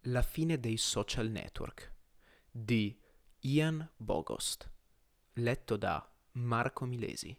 La fine dei social network di Ian Bogost, letto da Marco Milesi.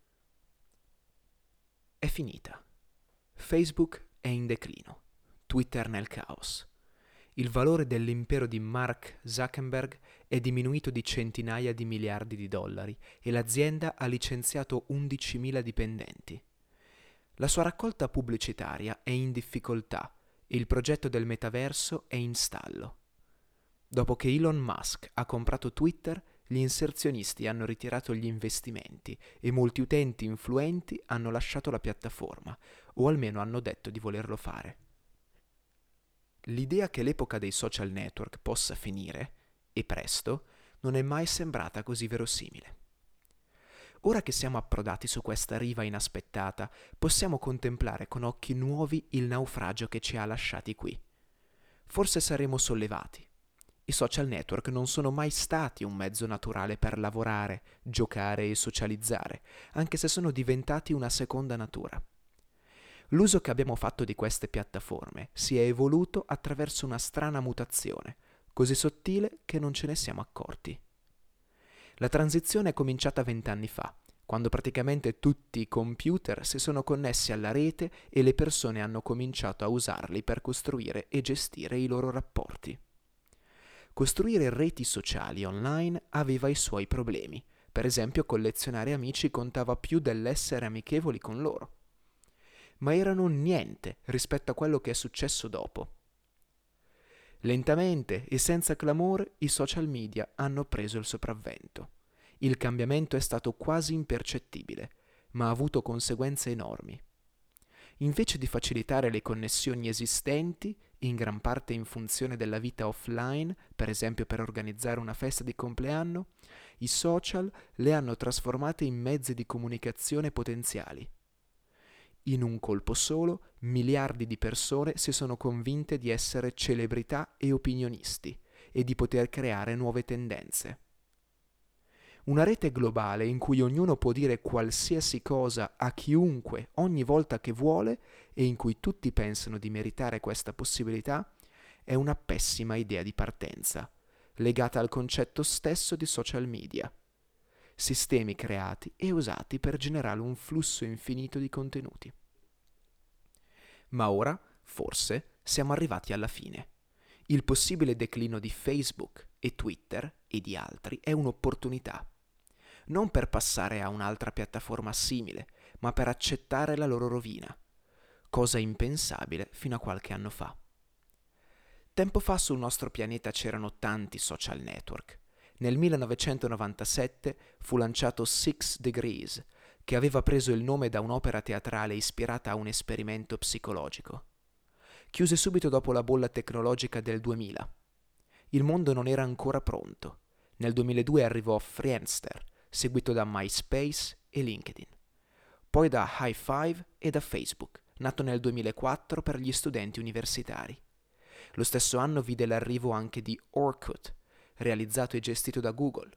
È finita. Facebook è in declino, Twitter nel caos. Il valore dell'impero di Mark Zuckerberg è diminuito di centinaia di miliardi di dollari e l'azienda ha licenziato 11.000 dipendenti. La sua raccolta pubblicitaria è in difficoltà e il progetto del metaverso è in stallo. Dopo che Elon Musk ha comprato Twitter, gli inserzionisti hanno ritirato gli investimenti e molti utenti influenti hanno lasciato la piattaforma, o almeno hanno detto di volerlo fare. L'idea che l'epoca dei social network possa finire, e presto, non è mai sembrata così verosimile. Ora che siamo approdati su questa riva inaspettata, possiamo contemplare con occhi nuovi il naufragio che ci ha lasciati qui. Forse saremo sollevati. I social network non sono mai stati un mezzo naturale per lavorare, giocare e socializzare, anche se sono diventati una seconda natura. L'uso che abbiamo fatto di queste piattaforme si è evoluto attraverso una strana mutazione, così sottile che non ce ne siamo accorti. La transizione è cominciata 20 anni fa, quando praticamente tutti i computer si sono connessi alla rete e le persone hanno cominciato a usarli per costruire e gestire i loro rapporti. Costruire reti sociali online aveva i suoi problemi, per esempio collezionare amici contava più dell'essere amichevoli con loro. Ma erano niente rispetto a quello che è successo dopo. Lentamente e senza clamore i social media hanno preso il sopravvento. Il cambiamento è stato quasi impercettibile, ma ha avuto conseguenze enormi. Invece di facilitare le connessioni esistenti, in gran parte in funzione della vita offline, per esempio per organizzare una festa di compleanno, i social le hanno trasformate in mezzi di comunicazione potenziali. In un colpo solo, miliardi di persone si sono convinte di essere celebrità e opinionisti e di poter creare nuove tendenze. Una rete globale in cui ognuno può dire qualsiasi cosa a chiunque ogni volta che vuole e in cui tutti pensano di meritare questa possibilità è una pessima idea di partenza, legata al concetto stesso di social media. Sistemi creati e usati per generare un flusso infinito di contenuti. Ma ora, forse, siamo arrivati alla fine. Il possibile declino di Facebook e Twitter e di altri è un'opportunità. Non per passare a un'altra piattaforma simile, ma per accettare la loro rovina, cosa impensabile fino a qualche anno fa. Tempo fa sul nostro pianeta c'erano tanti social network. Nel 1997 fu lanciato Six Degrees, che aveva preso il nome da un'opera teatrale ispirata a un esperimento psicologico. Chiuse subito dopo la bolla tecnologica del 2000. Il mondo non era ancora pronto. Nel 2002 arrivò Friendster, seguito da MySpace e LinkedIn. Poi da High Five e da Facebook, nato nel 2004 per gli studenti universitari. Lo stesso anno vide l'arrivo anche di Orkut, realizzato e gestito da Google.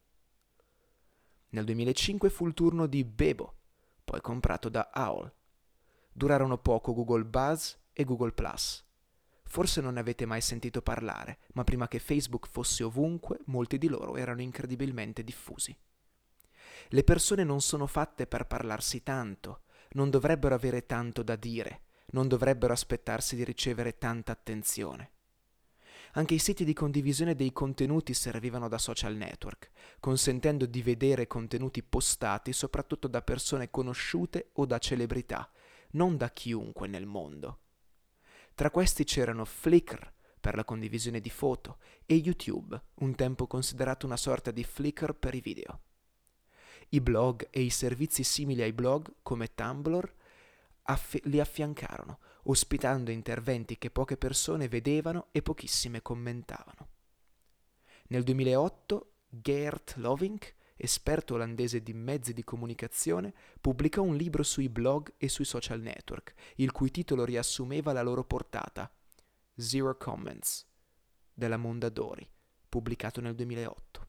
Nel 2005 fu il turno di Bebo, poi comprato da AOL. Durarono poco Google Buzz e Google+. Forse non ne avete mai sentito parlare, ma prima che Facebook fosse ovunque, molti di loro erano incredibilmente diffusi. Le persone non sono fatte per parlarsi tanto, non dovrebbero avere tanto da dire, non dovrebbero aspettarsi di ricevere tanta attenzione. Anche i siti di condivisione dei contenuti servivano da social network, consentendo di vedere contenuti postati soprattutto da persone conosciute o da celebrità, non da chiunque nel mondo. Tra questi c'erano Flickr per la condivisione di foto e YouTube, un tempo considerato una sorta di Flickr per i video. I blog e i servizi simili ai blog, come Tumblr, li affiancarono, ospitando interventi che poche persone vedevano e pochissime commentavano. Nel 2008 Geert Lovink, esperto olandese di mezzi di comunicazione, pubblicò un libro sui blog e sui social network, il cui titolo riassumeva la loro portata, Zero Comments, della Mondadori, pubblicato nel 2008.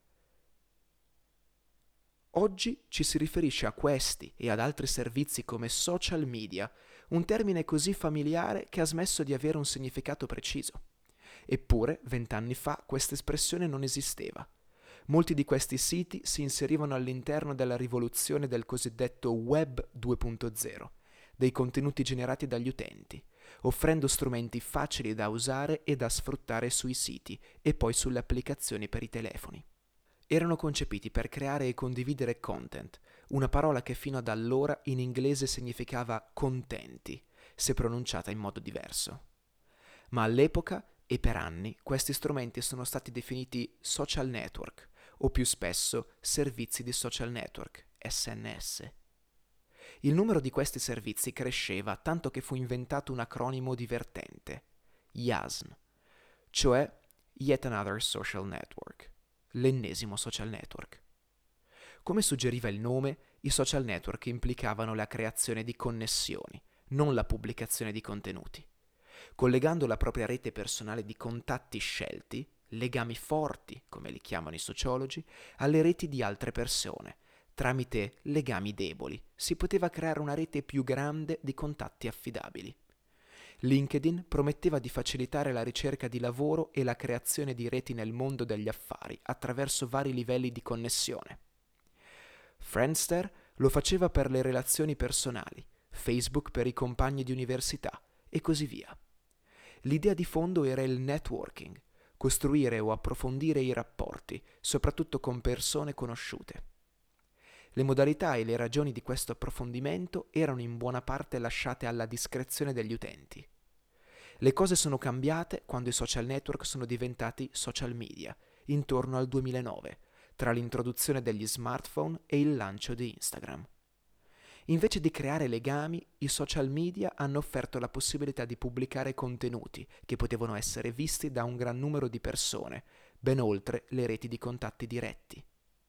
Oggi ci si riferisce a questi e ad altri servizi come social media, un termine così familiare che ha smesso di avere un significato preciso. Eppure, 20 anni fa, questa espressione non esisteva. Molti di questi siti si inserivano all'interno della rivoluzione del cosiddetto Web 2.0, dei contenuti generati dagli utenti, offrendo strumenti facili da usare e da sfruttare sui siti e poi sulle applicazioni per i telefoni. Erano concepiti per creare e condividere content, una parola che fino ad allora in inglese significava contenti, se pronunciata in modo diverso. Ma all'epoca e per anni questi strumenti sono stati definiti social network o più spesso servizi di social network, SNS. Il numero di questi servizi cresceva tanto che fu inventato un acronimo divertente, YASN, cioè Yet Another Social Network, l'ennesimo social network. Come suggeriva il nome, i social network implicavano la creazione di connessioni, non la pubblicazione di contenuti. Collegando la propria rete personale di contatti scelti, legami forti, come li chiamano i sociologi, alle reti di altre persone. Tramite legami deboli si poteva creare una rete più grande di contatti affidabili. LinkedIn prometteva di facilitare la ricerca di lavoro e la creazione di reti nel mondo degli affari attraverso vari livelli di connessione. Friendster lo faceva per le relazioni personali, Facebook per i compagni di università e così via. L'idea di fondo era il networking, costruire o approfondire i rapporti, soprattutto con persone conosciute. Le modalità e le ragioni di questo approfondimento erano in buona parte lasciate alla discrezione degli utenti. Le cose sono cambiate quando i social network sono diventati social media, intorno al 2009, tra l'introduzione degli smartphone e il lancio di Instagram. Invece di creare legami, i social media hanno offerto la possibilità di pubblicare contenuti che potevano essere visti da un gran numero di persone, ben oltre le reti di contatti diretti.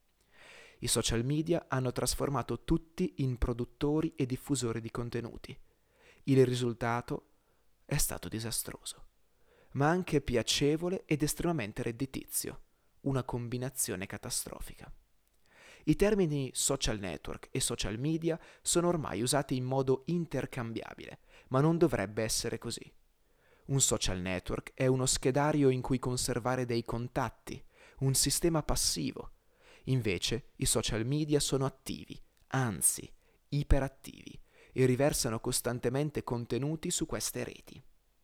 I social media hanno trasformato tutti in produttori e diffusori di contenuti. Il risultato è stato disastroso, ma anche piacevole ed estremamente redditizio, una combinazione catastrofica. I termini social network e social media sono ormai usati in modo intercambiabile, ma non dovrebbe essere così. Un social network è uno schedario in cui conservare dei contatti, un sistema passivo. Invece i social media sono attivi, anzi iperattivi, e riversano costantemente contenuti su queste reti.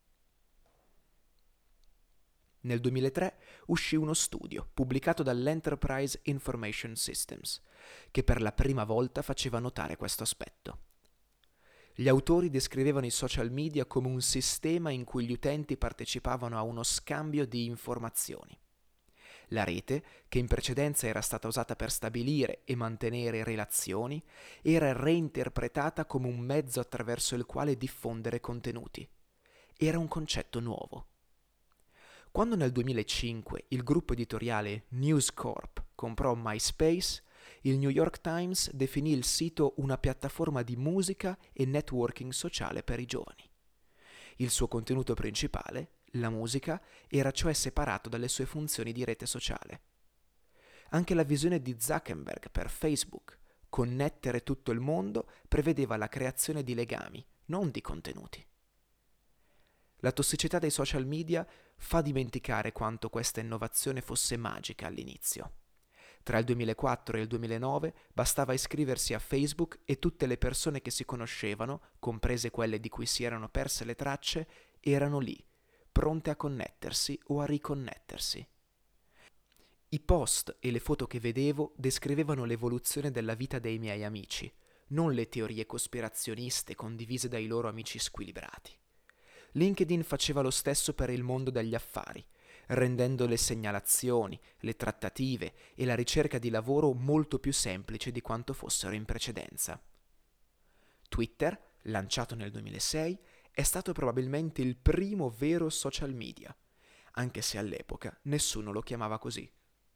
Nel 2003 uscì uno studio pubblicato dall'Enterprise Information Systems, che per la prima volta faceva notare questo aspetto. Gli autori descrivevano i social media come un sistema in cui gli utenti partecipavano a uno scambio di informazioni. La rete, che in precedenza era stata usata per stabilire e mantenere relazioni, era reinterpretata come un mezzo attraverso il quale diffondere contenuti. Era un concetto nuovo. Quando nel 2005 il gruppo editoriale News Corp comprò MySpace, il New York Times definì il sito una piattaforma di musica e networking sociale per i giovani. Il suo contenuto principale, la musica, era cioè separato dalle sue funzioni di rete sociale. Anche la visione di Zuckerberg per Facebook, connettere tutto il mondo, prevedeva la creazione di legami, non di contenuti. La tossicità dei social media fa dimenticare quanto questa innovazione fosse magica all'inizio. Tra il 2004 e il 2009 bastava iscriversi a Facebook e tutte le persone che si conoscevano, comprese quelle di cui si erano perse le tracce, erano lì, pronte a connettersi o a riconnettersi. I post e le foto che vedevo descrivevano l'evoluzione della vita dei miei amici, non le teorie cospirazioniste condivise dai loro amici squilibrati. LinkedIn faceva lo stesso per il mondo degli affari, rendendo le segnalazioni, le trattative e la ricerca di lavoro molto più semplici di quanto fossero in precedenza. Twitter, lanciato nel 2006, è stato probabilmente il primo vero social media, anche se all'epoca nessuno lo chiamava così.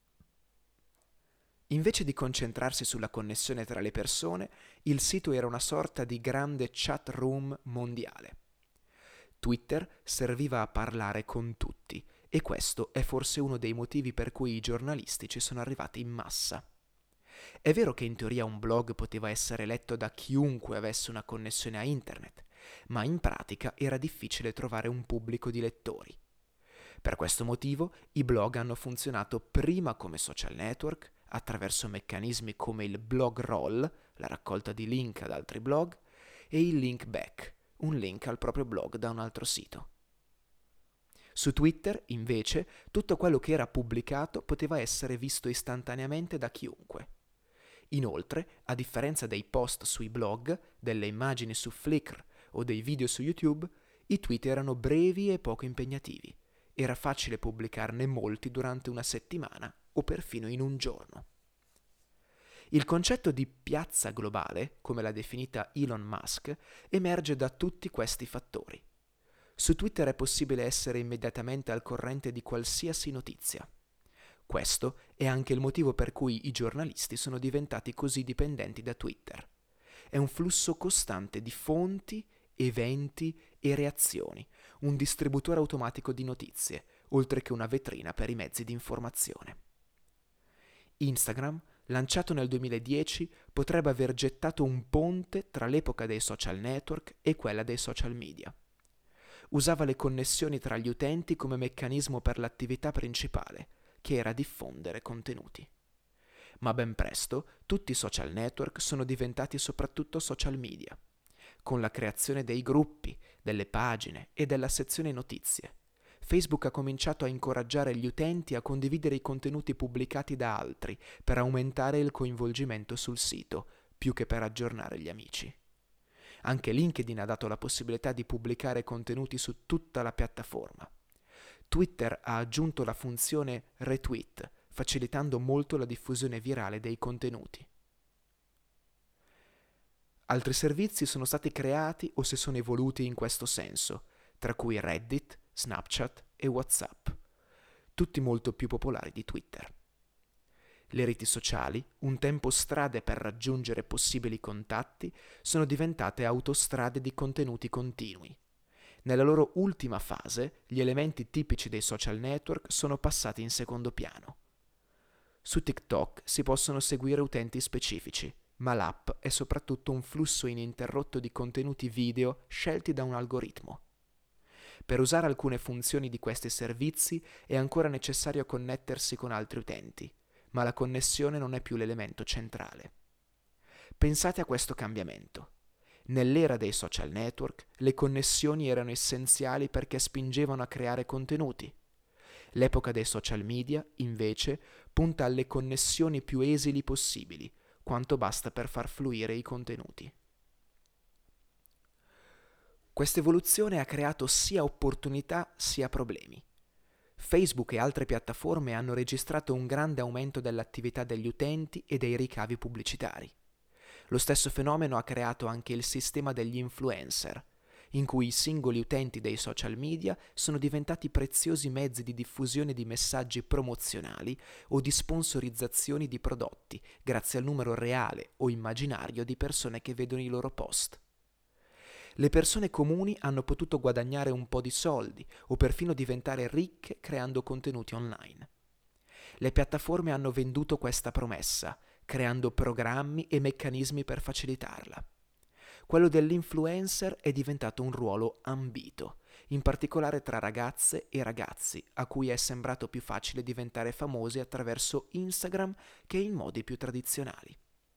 Invece di concentrarsi sulla connessione tra le persone, il sito era una sorta di grande chat room mondiale. Twitter serviva a parlare con tutti, e questo è forse uno dei motivi per cui i giornalisti ci sono arrivati in massa. È vero che in teoria un blog poteva essere letto da chiunque avesse una connessione a internet, ma in pratica era difficile trovare un pubblico di lettori. Per questo motivo i blog hanno funzionato prima come social network, attraverso meccanismi come il blog roll, la raccolta di link ad altri blog, e il link back, un link al proprio blog da un altro sito. Su Twitter, invece, tutto quello che era pubblicato poteva essere visto istantaneamente da chiunque. Inoltre, a differenza dei post sui blog, delle immagini su Flickr o dei video su YouTube, i tweet erano brevi e poco impegnativi. Era facile pubblicarne molti durante una settimana o perfino in un giorno. Il concetto di piazza globale, come l'ha definita Elon Musk, emerge da tutti questi fattori. Su Twitter è possibile essere immediatamente al corrente di qualsiasi notizia. Questo è anche il motivo per cui i giornalisti sono diventati così dipendenti da Twitter. È un flusso costante di fonti, eventi e reazioni, un distributore automatico di notizie, oltre che una vetrina per i mezzi di informazione. Instagram, lanciato nel 2010, potrebbe aver gettato un ponte tra l'epoca dei social network e quella dei social media. Usava le connessioni tra gli utenti come meccanismo per l'attività principale, che era diffondere contenuti. Ma ben presto tutti i social network sono diventati soprattutto social media, con la creazione dei gruppi, delle pagine e della sezione notizie. Facebook ha cominciato a incoraggiare gli utenti a condividere i contenuti pubblicati da altri per aumentare il coinvolgimento sul sito, più che per aggiornare gli amici. Anche LinkedIn ha dato la possibilità di pubblicare contenuti su tutta la piattaforma. Twitter ha aggiunto la funzione retweet, facilitando molto la diffusione virale dei contenuti. Altri servizi sono stati creati o si sono evoluti in questo senso, tra cui Reddit, Snapchat e WhatsApp, tutti molto più popolari di Twitter. Le reti sociali, un tempo strade per raggiungere possibili contatti, sono diventate autostrade di contenuti continui. Nella loro ultima fase, gli elementi tipici dei social network sono passati in secondo piano. Su TikTok si possono seguire utenti specifici, ma l'app è soprattutto un flusso ininterrotto di contenuti video scelti da un algoritmo. Per usare alcune funzioni di questi servizi è ancora necessario connettersi con altri utenti, ma la connessione non è più l'elemento centrale. Pensate a questo cambiamento. Nell'era dei social network, le connessioni erano essenziali perché spingevano a creare contenuti. L'epoca dei social media, invece, punta alle connessioni più esili possibili, quanto basta per far fluire i contenuti. Questa evoluzione ha creato sia opportunità sia problemi. Facebook e altre piattaforme hanno registrato un grande aumento dell'attività degli utenti e dei ricavi pubblicitari. Lo stesso fenomeno ha creato anche il sistema degli influencer, in cui i singoli utenti dei social media sono diventati preziosi mezzi di diffusione di messaggi promozionali o di sponsorizzazioni di prodotti, grazie al numero reale o immaginario di persone che vedono i loro post. Le persone comuni hanno potuto guadagnare un po' di soldi o perfino diventare ricche creando contenuti online. Le piattaforme hanno venduto questa promessa, creando programmi e meccanismi per facilitarla. Quello dell'influencer è diventato un ruolo ambito, in particolare tra ragazze e ragazzi, a cui è sembrato più facile diventare famosi attraverso Instagram che in modi più tradizionali.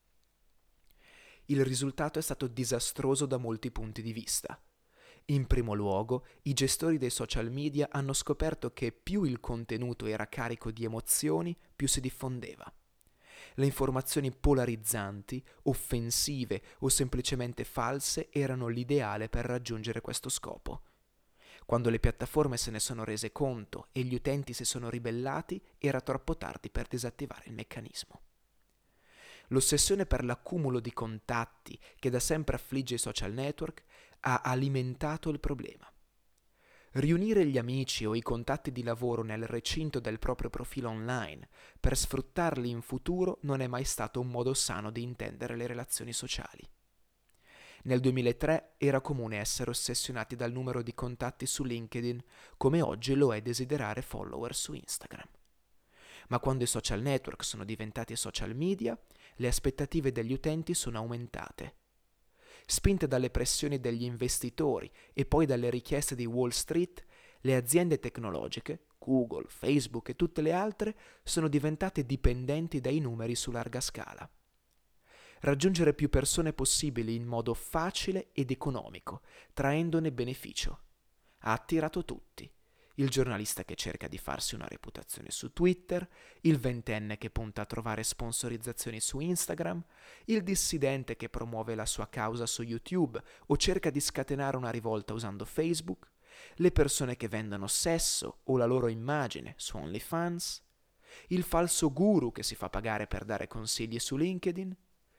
Il risultato è stato disastroso da molti punti di vista. In primo luogo, i gestori dei social media hanno scoperto che più il contenuto era carico di emozioni, più si diffondeva. Le informazioni polarizzanti, offensive o semplicemente false erano l'ideale per raggiungere questo scopo. Quando le piattaforme se ne sono rese conto e gli utenti si sono ribellati, era troppo tardi per disattivare il meccanismo. L'ossessione per l'accumulo di contatti che da sempre affligge i social network ha alimentato il problema. Riunire gli amici o i contatti di lavoro nel recinto del proprio profilo online per sfruttarli in futuro non è mai stato un modo sano di intendere le relazioni sociali. Nel 2003 era comune essere ossessionati dal numero di contatti su LinkedIn, come oggi lo è desiderare follower su Instagram. Ma quando i social network sono diventati social media, le aspettative degli utenti sono aumentate. Spinte dalle pressioni degli investitori e poi dalle richieste di Wall Street, Le aziende tecnologiche, Google, Facebook e tutte le altre, sono diventate dipendenti dai numeri su larga scala. Raggiungere più persone possibili in modo facile ed economico, traendone beneficio. Ha attirato tutti. Il giornalista che cerca di farsi una reputazione su Twitter, il ventenne che punta a trovare sponsorizzazioni su Instagram, il dissidente che promuove la sua causa su YouTube o cerca di scatenare una rivolta usando Facebook, le persone che vendono sesso o la loro immagine su OnlyFans, il falso guru che si fa pagare per dare consigli su LinkedIn.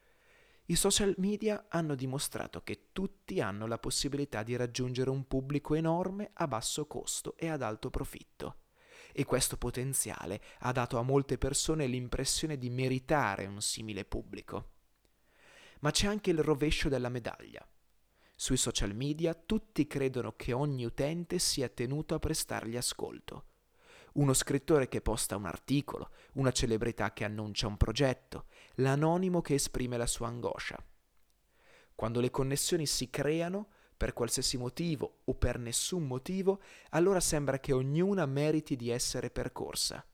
I social media hanno dimostrato che tutti hanno la possibilità di raggiungere un pubblico enorme a basso costo e ad alto profitto. E questo potenziale ha dato a molte persone l'impressione di meritare un simile pubblico. Ma c'è anche il rovescio della medaglia. Sui social media tutti credono che ogni utente sia tenuto a prestargli ascolto. Uno scrittore che posta un articolo, una celebrità che annuncia un progetto, l'anonimo che esprime la sua angoscia. Quando le connessioni si creano, per qualsiasi motivo o per nessun motivo, allora sembra che ognuna meriti di essere percorsa.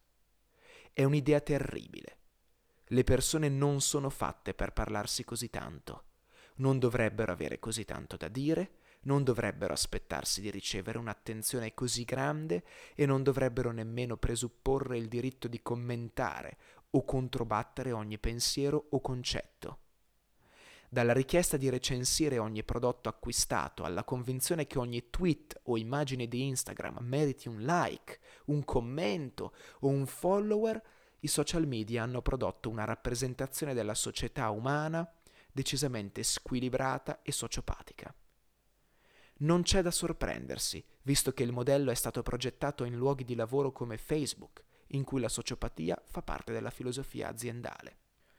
È un'idea terribile. Le persone non sono fatte per parlarsi così tanto. Non dovrebbero avere così tanto da dire, non dovrebbero aspettarsi di ricevere un'attenzione così grande e non dovrebbero nemmeno presupporre il diritto di commentare o controbattere ogni pensiero o concetto. Dalla richiesta di recensire ogni prodotto acquistato alla convinzione che ogni tweet o immagine di Instagram meriti un like, un commento o un follower, i social media hanno prodotto una rappresentazione della società umana decisamente squilibrata e sociopatica. Non c'è da sorprendersi, visto che il modello è stato progettato in luoghi di lavoro come Facebook, in cui la sociopatia fa parte della filosofia aziendale.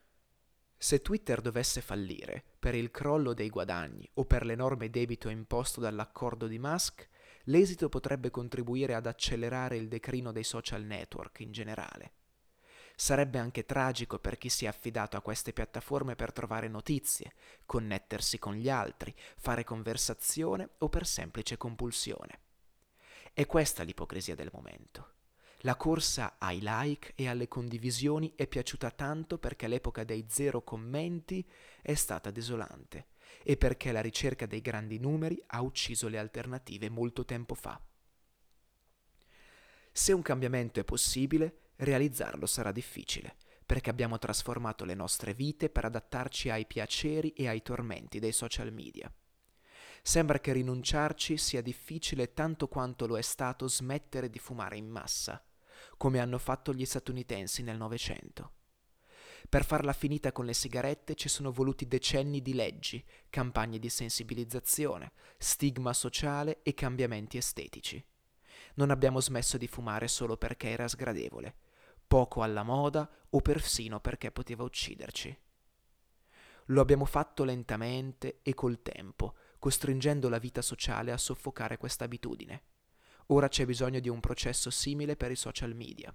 Se Twitter dovesse fallire per il crollo dei guadagni o per l'enorme debito imposto dall'accordo di Musk, l'esito potrebbe contribuire ad accelerare il declino dei social network in generale. Sarebbe anche tragico per chi si è affidato a queste piattaforme per trovare notizie, connettersi con gli altri, fare conversazione o per semplice compulsione. È questa l'ipocrisia del momento. La corsa ai like e alle condivisioni è piaciuta tanto perché l'epoca dei 0 commenti è stata desolante e perché la ricerca dei grandi numeri ha ucciso le alternative molto tempo fa. Se un cambiamento è possibile, realizzarlo sarà difficile, perché abbiamo trasformato le nostre vite per adattarci ai piaceri e ai tormenti dei social media. Sembra che rinunciarci sia difficile tanto quanto lo è stato smettere di fumare in massa, come hanno fatto gli statunitensi nel Novecento. Per farla finita con le sigarette ci sono voluti decenni di leggi, campagne di sensibilizzazione, stigma sociale e cambiamenti estetici. Non abbiamo smesso di fumare solo perché era sgradevole, poco alla moda o persino perché poteva ucciderci. Lo abbiamo fatto lentamente e col tempo, costringendo la vita sociale a soffocare questa abitudine. Ora c'è bisogno di un processo simile per i social media.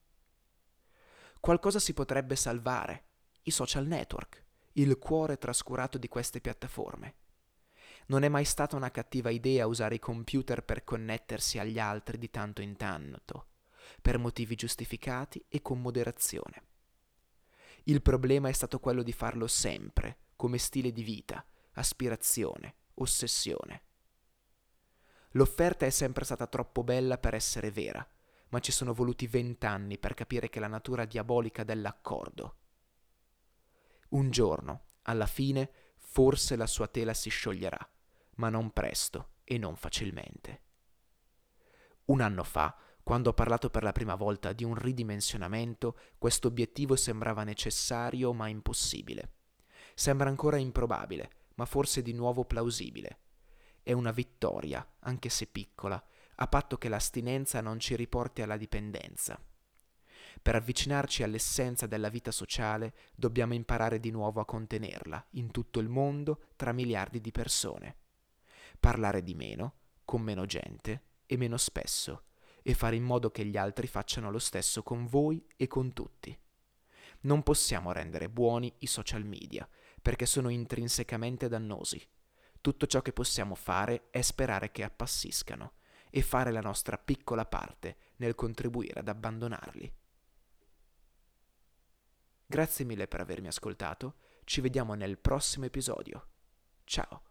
Qualcosa si potrebbe salvare: i social network, il cuore trascurato di queste piattaforme. Non è mai stata una cattiva idea usare i computer per connettersi agli altri di tanto in tanto, per motivi giustificati e con moderazione. Il problema è stato quello di farlo sempre, come stile di vita, aspirazione, ossessione. L'offerta è sempre stata troppo bella per essere vera, ma ci sono voluti 20 anni per capire che la natura diabolica dell'accordo. Un giorno, alla fine, forse la sua tela si scioglierà, ma non presto e non facilmente. Un anno fa, quando ho parlato per la prima volta di un ridimensionamento, questo obiettivo sembrava necessario ma impossibile. Sembra ancora improbabile, ma forse di nuovo plausibile. È una vittoria, anche se piccola, a patto che l'astinenza non ci riporti alla dipendenza. Per avvicinarci all'essenza della vita sociale, dobbiamo imparare di nuovo a contenerla in tutto il mondo tra miliardi di persone. Parlare di meno, con meno gente e meno spesso, e fare in modo che gli altri facciano lo stesso con voi e con tutti. Non possiamo rendere buoni i social media, perché sono intrinsecamente dannosi. Tutto ciò che possiamo fare è sperare che appassiscano, e fare la nostra piccola parte nel contribuire ad abbandonarli. Grazie mille per avermi ascoltato, ci vediamo nel prossimo episodio. Ciao!